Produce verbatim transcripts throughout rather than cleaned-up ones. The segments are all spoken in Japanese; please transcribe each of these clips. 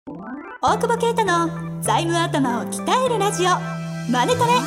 大久保啓太の財務頭を鍛えるラジオマネトレ。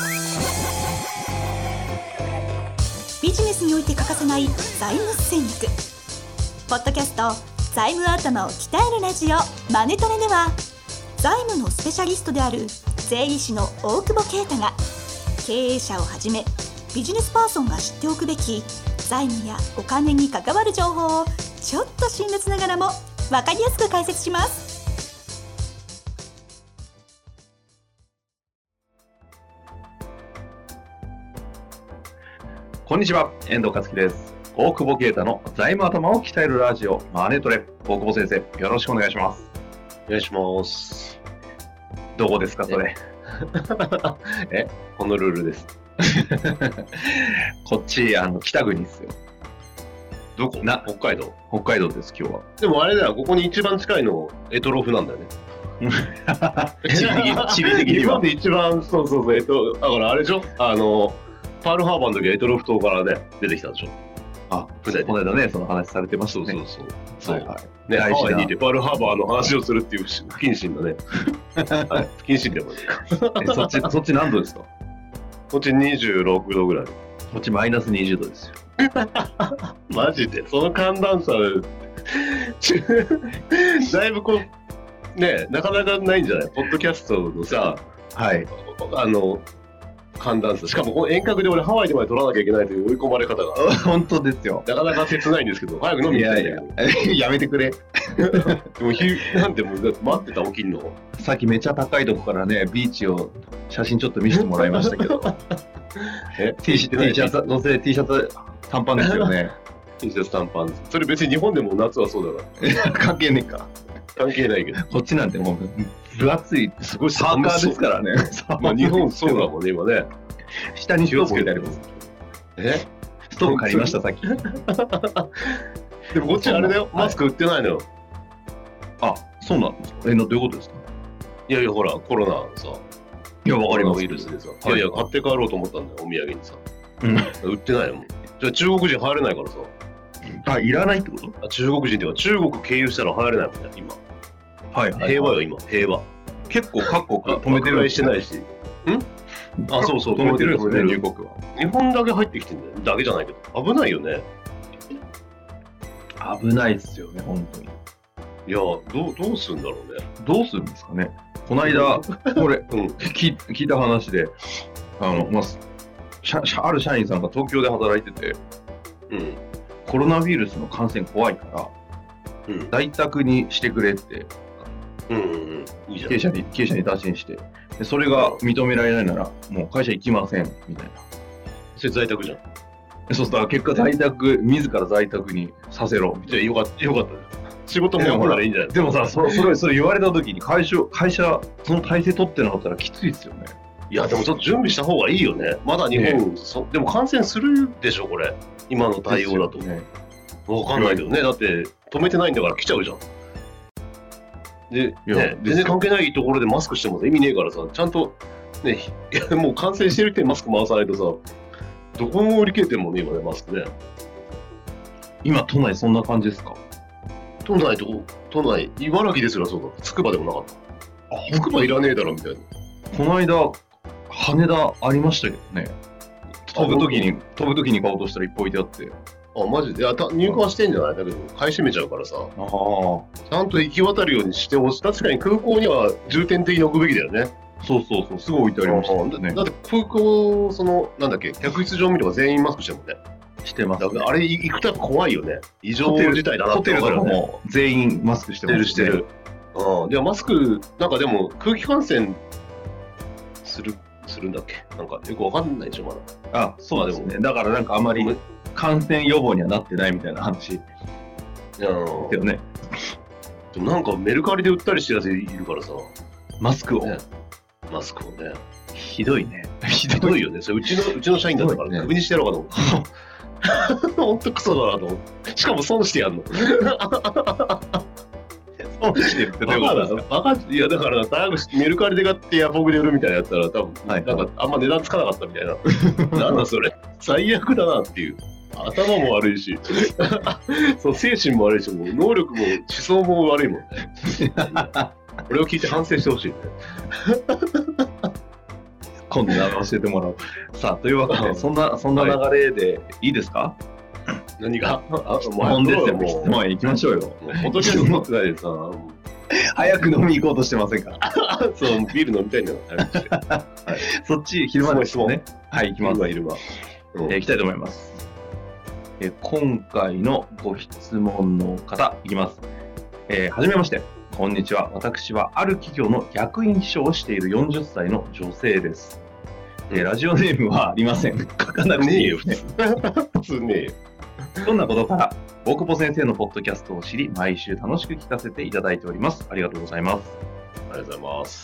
ビジネスにおいて欠かせない財務戦略。ポッドキャスト財務頭を鍛えるラジオマネトレでは、財務のスペシャリストである税理士の大久保啓太が、経営者をはじめビジネスパーソンが知っておくべき財務やお金に関わる情報をちょっと辛辣ながらも分かりやすく解説します。 こんにちは、遠藤和樹です。大久保啓太の財務頭を鍛えるラジオマネトレ。大久保先生、よろしくお願いします。 お願いします。 どこですかそれ？ え、ホノルルです。 こっちあの北国ですよ。 どこ？ な北海道。 北海道です今日は。 でもあれだよ、ここに一番近いのエトロフなんだよね。 地理的に地理的には。 日本で一番そうそうそう、えっとだからあれでしょ、あのパールハーバーの時はエトロフ島からね出てきたでしょ。 あ、船でこの間ねその話されてましたね。 そうそうそう。 はいはい。 ね、ハ大事なワイにいてパールハーバーの話をするっていう不謹慎だね。はい、不謹慎でもね。 えそっちそっち何度ですか？ こっちにじゅうろくどぐらい。 こっちマイナスにじゅうどですよ。 マジでその寒暖差だいぶこうね、なかなかないんじゃない？ポッドキャストのさ、 はい。 あの寒暖差、しかもこの遠隔で俺ハワイでまで取らなきゃいけないという追い込まれ方が本当ですよ。 なかなか切ないんですけど、早く飲みに行きたいんだけど。 いやいややめてくれ。 でも日なんてもう待ってた、起きんの。 さっきめっちゃ高いとこからねビーチを写真ちょっと見せてもらいましたけど。 え T シャツ、どうせ T シャツ短パンですよね。 T シャツ短パン。それ別に日本でも夏はそうだから。 関係ねえか。 関係ないけど。 こっちなんてもう分厚いすごいパーカーですからね。 まあ日本そうだもんね今ね。 下にストーブ置いてあります。 え？ ストーブ借りましたさっき。 でもこっちあれだよ、マスク売ってないのよ。 あ、そうなんですか。え、どういうことですか？ いやいやほらコロナさ。 いや、わかります。 ウイルスでさ、 はい、 いやいや買って帰ろうと思ったんだよ、お土産にさ。 うん、 売ってないのもん。じゃあ中国人入れないからさ。 あ、いらないってこと？ あ、中国人っていうか中国経由したら入れないもんね今。 はい、はい、 平和よ今、平和。 結構各国止めてるしてないし。ん？あ、そうそう、 止めてるんですね、入国は。 日本だけ入ってきてんだよ。だけじゃないけど危ないよね。 危ないですよね、本当に。 いや、どうどうするんだろうね。 どうするんですかね。この間これ、うん、聞, 聞いた話で、あの、まあ、社ある社員さんが東京で働いてて、 うん、 コロナウイルスの感染怖いから、うん、在宅にしてくれって、 うんうんうん、いいじゃん。 経営者に経営者に打診して、でそれが認められないならもう会社行きませんみたいな。 それ在宅じゃん。 そうしたら結果在宅、自ら在宅にさせろみたいな。 よかったよかった。仕事もやったらいいんじゃない？ でもさ、そ, それそれ言われた時に会社会社その体制取ってなかったらきついですよね。 いやでもちょっと準備した方がいいよね。まだ日本、ね、そでも感染するでしょこれ。今の対応だと。ね、わかんないけどね。だって止めてないんだから来ちゃうじゃん。で、ね、全然関係ないところでマスクしても意味ねえからさ、ちゃんとね、もう感染してる人にマスク回さないとさ、どこも売り切れてるもんね今ねマスクね。 今都内そんな感じですか？ 都内と都内茨城ですらそうだ。つくばでもなかった。あ、つくばいらねえだろみたいな。 この間羽田ありましたけどね。飛ぶ時に飛ぶ時に買おうとしたらいっぱい置いてあって。 あ、マジで。いや、入荷はしてんじゃない？だけど買い占めちゃうからさ。ああ。ちゃんと行き渡るようにしてほしい。確かに空港には重点的に置くべきだよね。 そうそうそう。すごい置いてありましたね。 だって空港そのなんだっけ、客室乗務員とか全員マスクしてるもんね。 してます、ね。 あれ行くとやっぱ怖いよね。異常事態だなって思うよね。ホテルとかも全員マスクしてますね。 してるしてる。ああ。でもマスクなんかでも空気感染するするんだっけ。なんかよくわかんないでしょまだ。あ、そうですね。だからなんかあまり感染予防にはなってないみたいな話。けどね。 でもなんかメルカリで売ったりしてるやついるからさ。 マスクを。 ね、マスクをね。 ひどいね。 ひどいよね。それうちのうちの社員だったからクビにしてやろうかと思って。ほんとクソだなと思って。しかも損してやんの。損してるってどういうことですか？バカいやだからメルカリで買ってヤフオクで売るみたいなやつだったら多分、はい、なんかあんま値段つかなかったみたいな。なんだそれ。最悪だなっていう。 頭も悪いしそう精神も悪いし、もう能力も思想も悪いもんねこれを聞いて反省してほしいね今度教えてもらおう。さあ、というわけで、そんな、そんな流れでいいですか、はい、 何があ、 質問ですよ、もう。質問へ行きましょうよ。 もう、ほとんど持ってないでさ。 早く飲み行こうとしてませんかそう、ビール飲みたいんだよ。はい、 そっち、昼間ですね。はい、行きます。 昼間。 うん、えー、行きたいと思います。えー、今回のご質問の方、いきます。えー、はじめまして。こんにちは。私はある企業の役員秘書をしているよんじゅっさいの女性です。えー、ラジオネームはありません。書かなくていいよ、普通。 普通ねえよ。 そんなことから、大久保先生のポッドキャストを知り、毎週楽しく聞かせていただいております。ありがとうございます。 ありがとうございます。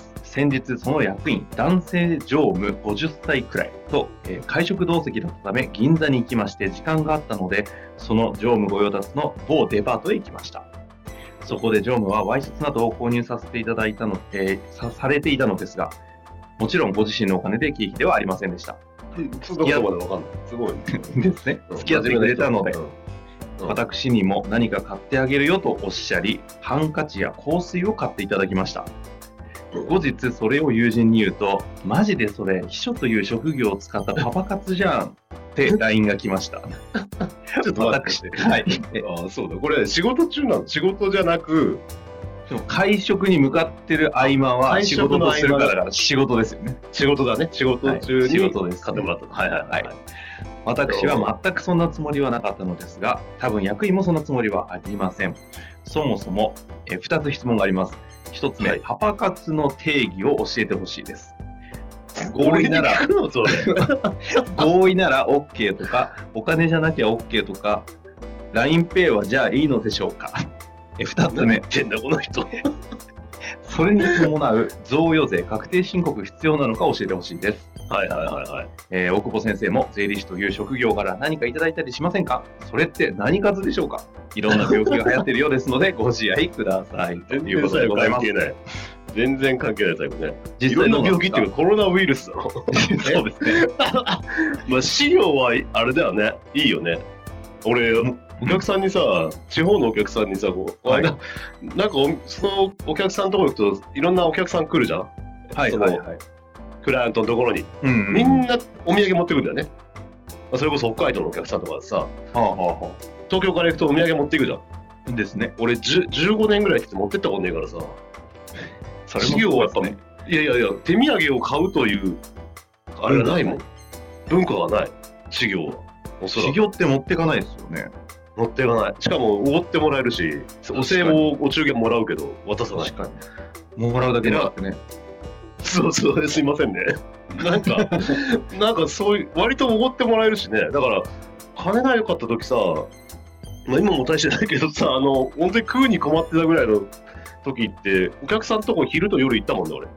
先日、その役員、男性常務ごじゅっさいくらいと、えー、会食同席だったため、銀座に行きまして、時間があったので、その常務御用達の某デパートへ行きました。そこで常務はワイシャツなどを購入させていただいたの、えー、さ、されていたのですが、もちろんご自身のお金で経費ではありませんでした。 付き合うまでわかんない。すごい。 ですね。付き合ってくれたので、うん、私にも何か買ってあげるよとおっしゃり、ハンカチや香水を買っていただきました。うん、後日それを友人に言うと、マジでそれ秘書という職業を使ったパパ活じゃんってラインが来ました。 ちょっと待って。 はい。 ああ、そうだ。これ仕事中なの？仕事じゃなく、 会食に向かってる合間は仕事とするから、仕事ですよね。 仕事だね。仕事中に仕事です。 買ってもらった。はいはいはい。 私は全くそんなつもりはなかったのですが、多分役員もそんなつもりはありません。そもそもえふたつ質問があります。ひとつめ、はい、パパ活の定義を教えてほしいです。合意なら合意なら OK とか、お金じゃなきゃ OK とか、ラインペイ はじゃあいいのでしょうか。えふたつめ、 てんだこの人それに伴う贈与税確定申告必要なのか教えてほしいです。 はいはいはいはい。 えー、大久保先生も税理士という職業から何かいただいたりしませんか？それって何活でしょうか？いろんな病気が流行っているようですのでご自愛ください。ということでございます。 全然関係ないタイプね。実際の病気っていうかコロナウイルスだろ。そうですね。 まあ資料はあれだよね。いいよね。俺、お客さんにさ、地方のお客さんにさ、こう、はい、な, なんかそのお客さんのところ行くといろんなお客さん来るじゃん。 はいはいはい。 クライアントのところに、うんうん、みんなお土産持ってくるんだよね。それこそ北海道のお客さんとかさ、はあはあはあ、東京から行くとお土産持っていくじゃん。 ですね。 俺じゅじゅうごねんぐらいって持ってったことねえからさ。それもそうですね。いやいやいや、手土産を買うというあれがないもん。文化がない。事業は。 事業って持っていかないですよね。 持っていかない。しかもおごってもらえるし、お歳暮お中元もらうけど渡さない。 確かに。もらうだけじゃなくてね。 そうそう、すいませんね。なんか、なんかそういう、割とおごってもらえるしね。だから、金が良かった時さ、まあ今も大してないけどさ、あの、本当に食うに困ってたぐらいの時って、お客さんとこ昼と夜行ったもんね、俺。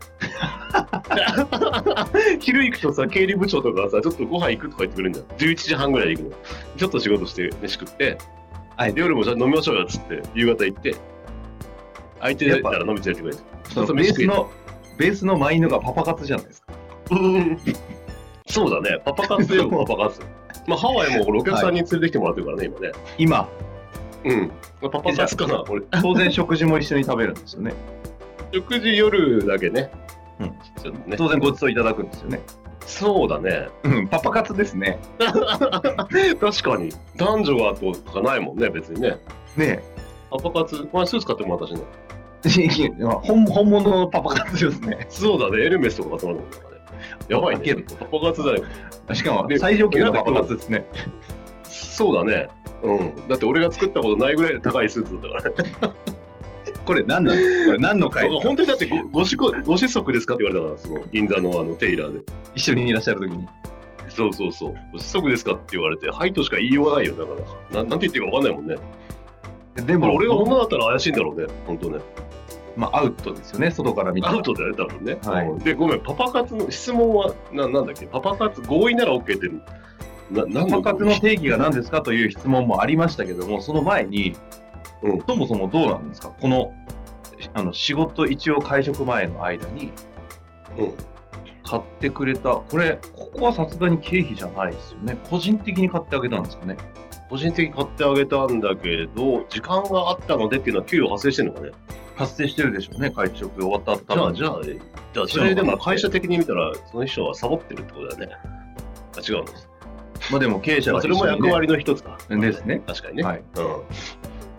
昼行くとさ、経理部長とかさ、ちょっとご飯行くとか言ってくれるんだよ。じゅういちじはんぐらいで行くの。ちょっと仕事して飯食って、はい、夜もじゃあ飲みましょうよっつって、夕方行って、相手だったら飲み連れてくれて。 そのベースの、ベースのマインドがパパ活じゃないですか。 そうだね、パパ活よ、パパ活。まあ、ハワイも俺お客さんに連れてきてもらってるからね、今ね。 今うん。パパ活かな、俺。 当然食事も一緒に食べるんですよね。 食事夜だけね。 うん。ちょっとね、当然ごちそういただくんですよね。 そうだね。 うん、パパ活ですね。 確かに。男女がとかないもんね、別にね。 ねえ。 パパ活、これスーツ買ってもらったしね。 本, 本物のパパ活ですね。 そうだね、エルメスとか買ってもらったもんね。やばいね。パパ活だよ。 しかも、最上級のパパ活ですね。 そうだね。うん。だって俺が作ったことないぐらい高いスーツだったからね。 これ何なの？これ何の会？ 本当にだってごご子ご子息ですかって言われたから、その銀座のあのテイラーで一緒にいらっしゃる時に。 そうそうそう。ご子息ですかって言われて、はいとしか言いようがないよ。だからな、なんて言っていいか分かんないもんね。でも俺が女だったら怪しいんだろうね、本当ね。 まあアウトですよね、外から見て。 アウトだよね、多分ね。 はい、 で、ごめん、パパ活の質問はな、なんだっけ、パパ活合意なら OK ってな、なんパパ活の定義が何ですかという質問もありましたけども、その前に、うん、そもそもどうなんですか、このあの仕事一応会食前の間に、うん、 買ってくれた、これ、ここはさすがに経費じゃないですよね。個人的に買ってあげたんですかね。 個人的に買ってあげたんだけど、時間があったのでっていうのは給与発生してるのかね。 発生してるでしょうね、会食終わった後多分。 じゃあ、じゃあ、じゃあそれでも会社的に見たら、その秘書はサボってるってことだよね。あ、違うの。 まあでも経営者が、 まあ、それも役割の一つか。 ですね。 確かにね。 はい。 うん。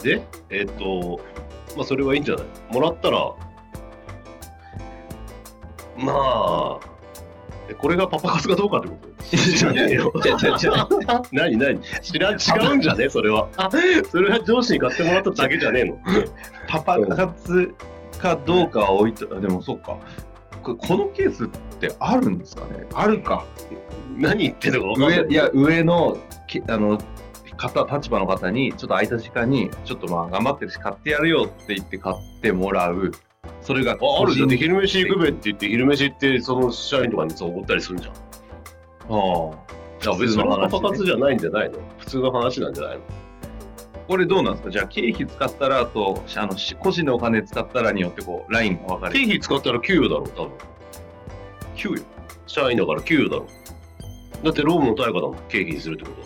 で、えーっと、まあそれはいいんじゃない？もらったら、まあ、えこれがパパ活かどうかってこと知らねえよ。何何知ら違うんじゃねそれは。あ、それは上司に買ってもらっただけじゃねえの。 パパ活かどうかは置いと、でもそうか。このケースってあるんですかね。あるか。 何言ってんのか分かんない。 上いや上のきあの方立場の方にちょっと空いた時間にちょっとまあ頑張ってるし買ってやるよって言って買ってもらう。それがああるじゃん。で昼飯行くべって言って昼飯行ってその社員とかにおごったりするんじゃん。ああ。じゃあ別にパパ活じゃないんじゃないの？普通の話なんじゃないの？ これどうなんですか？じゃあ経費使ったらとあの個人のお金使ったらによってこうラインが分かれる。 経費使ったら給与だろう多分。 給与？ 社員だから給与だろう。だって労務の対価だもん経費にするってこと。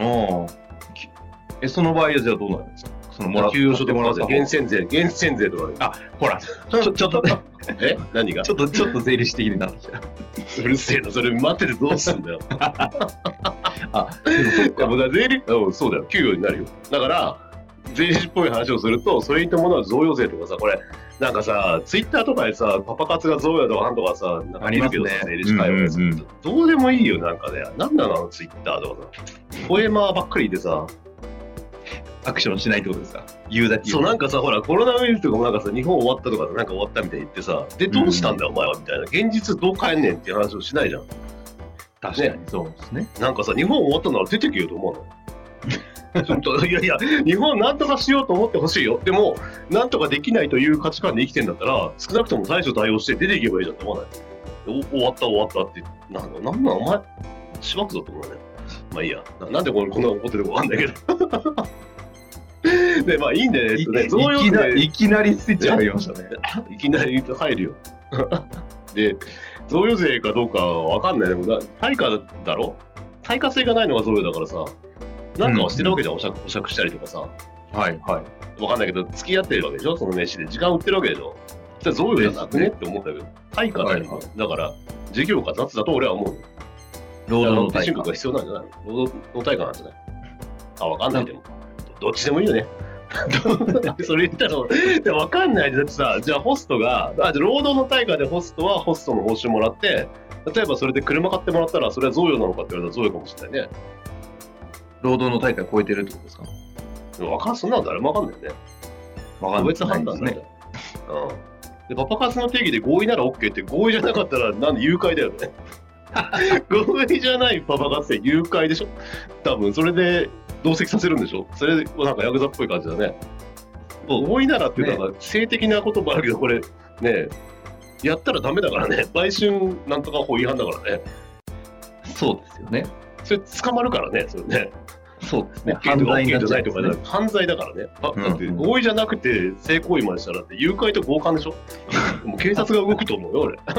ああ。えその場合はじゃあどうなるんですか？そのもら給与所得課税、源泉税、源泉税とかで。 あ、ほら、ちょちょっとえ何が？ ちょっとちょっと税理士的になってきた。 うるせえな、それ待っててどうすんだよ。 あ、でもそっか。 もう税理、うん、そうだよ、給与になるよ。だから税理士っぽい話をすると、それに伴う贈与税とかさ、これなんかさ、ツイッターとかでさ、パパ活が贈与とかなんとかさ、なんか見るけどさ、税理士会話でさ、どうでもいいよなんかね。なんなのあのツイッターとかさ、ポエマーばっかりでさ。 アクションしないってことですか？言うだけ言う。 そう、なんかさ、ほら、コロナウイルスとかもなんかさ、日本終わったとか、なんか終わったみたいに言ってさ、で、どうしたんだよ、お前はみたいな。現実どう変えんねんっていう話をしないじゃん。 確かにそうですね。 なんかさ、日本終わったなら出てけよと思うの。ちょっといやいや、日本なんとかしようと思ってほしいよ。でも、なんとかできないという価値観で生きてんだったら、少なくとも対処対応して出ていけばいいじゃんって思わない。お終わった終わったって、なんだ、なんなんお前、しばくぞと思うね。まあいいや。な, なんでこんな怒ってるかわかんないけど。で、まあいいんでね。い, ねい, きないきなりスイッチ入りましたね。 いきなり入るよ。で、贈与税かどうかわかんない。でも、対価だろ？対価性がないのが贈与だからさ、なんかはしてるわけじゃん、うん、お酌、お酌したりとかさ。 はいはい。 わかんないけど、付き合ってるわけでしょ、その飯で。時間売ってるわけでしょ。それ贈与じゃなくねって思ったけど、対価だよ、はいはい。だから、事業か雑だと俺は思う。労働の対価が必要なんじゃないの？労働の対価なんじゃない？あ、わかんないでも。どっちでもいいよね。それ言ったら、でも分かんないで、だってさ、じゃあホストが、あ、じゃあ労働の対価でホストはホストの報酬もらって、例えばそれで車買ってもらったら、それは贈与なのかって言われたら贈与かもしれないね。 労働の対価超えてるってことですか？ 分かん、そんなの誰も分かんないよね。分かんないですね。個別判断だね。うん。で、パパ活の定義で合意なら OK って、合意じゃなかったら、なんで誘拐だよね。合意じゃないパパ活って誘拐でしょ？多分、それで、同席させるんでしょ？それなんかヤクザっぽい感じだね。合意ならっていうのは性的な言葉あるけど、これね、やったらダメだからね。売春なんとか法違反だからね。 そうですよね。 それ捕まるからね、それね。 そうですね。 犯罪じゃないとかじゃなくて、犯罪だからね。あ、だって合意じゃなくて性行為までしたらって誘拐と強姦でしょ？もう警察が動くと思うよ、俺。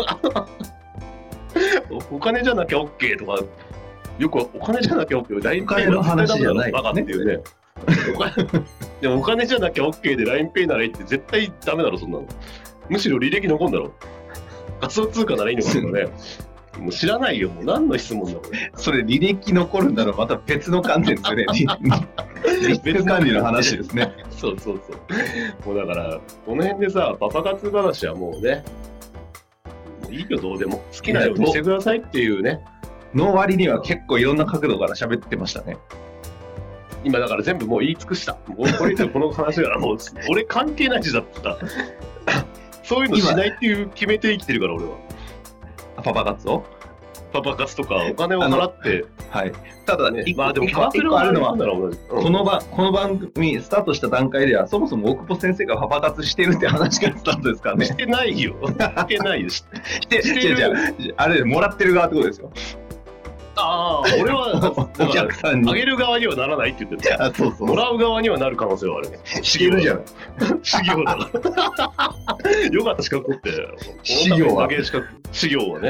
お金じゃなきゃ OK とか。よくお金じゃなきゃ OK で ライン ペイの話じゃないバカっていうね。でもお金じゃなきゃ OK で ライン ペイならいいって絶対ダメだろ、そんなの。むしろ履歴残んだろ。仮想通貨ならいいのかとかね。もう知らないよ、もう何の質問だこれ。 それ履歴残るんだろう、また別の観点ですよね。別管理の話ですね。 そうそうそう。もうだから、この辺でさ、パパ活話はもうね、もういいよ、どうでも。好きなようにしてくださいっていうね。 の割には結構いろんな角度から喋ってましたね。 今だから全部もう言い尽くした。もうこれ以上この話がもう俺関係ないしだった。そういうのしないっていう決めて生きてるから俺は。 パパ活をパパ活とかお金を払って。 はい。ただね、 まあでもパパ活あるのは、 うん、 この番この番組スタートした段階ではそもそも大久保先生がパパ活してるって話がスタートですからね。 してないよ。してないよ。 してしてる。じゃああれもらってる側ってことですよ。 ああ、俺はお客さんにあげる側にはならないって言ってる。 あ、そうそう。 もらう側にはなる可能性はあるね。 してるじゃん。 修行だ。よかった資格取って。 修行は資業はね。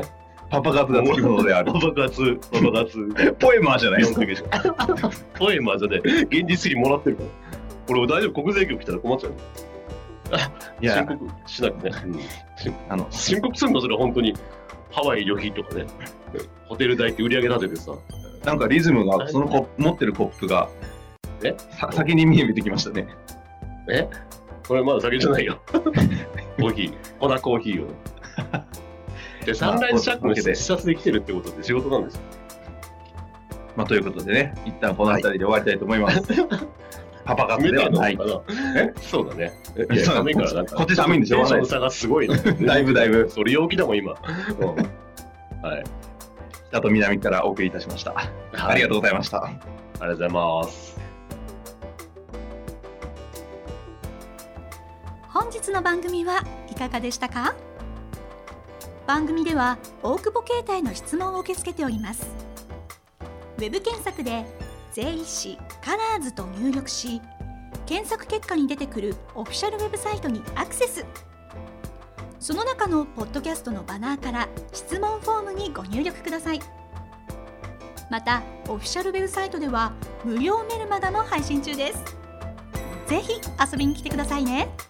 パパ活がつきものである。 パパ活、パパ活。 ポエマーじゃないですか。 ポエマーじゃねえ。現実にもらってるから。俺大丈夫、国税局来たら困っちゃう。 いや申告しなくね。 あの申告するのそれ本当にハワイ旅費とかね。ホテル代って売り上げ立ててさ。 なんかリズムが、そのコップ持ってるコップが、 えさ先に見えてきましたね。 えこれまだ酒じゃないよ。コーヒー、粉コーヒーをね。で、サンライズシャックの視察で来てるってことって仕事なんですよ。 まあ、ということでね、一旦この辺りで終わりたいと思います。パパ活ではない。 えそうだね。 いや寒いからなんか。 こっち寒いんでしょうがない。 テンションの差がすごいね。 だいぶだいぶ。 それ陽気だもん、今。はい。 北と南からお送りいたしました。ありがとうございました。 ありがとうございます。 本日の番組はいかがでしたか？番組では大久保携帯の質問を受け付けております。ウェブ検索で税理士カラーズと入力し、検索結果に出てくるオフィシャルウェブサイトにアクセス。その中のポッドキャストのバナーから質問フォームにご入力ください。またオフィシャルウェブサイトでは無料メルマガも配信中です。ぜひ遊びに来てくださいね。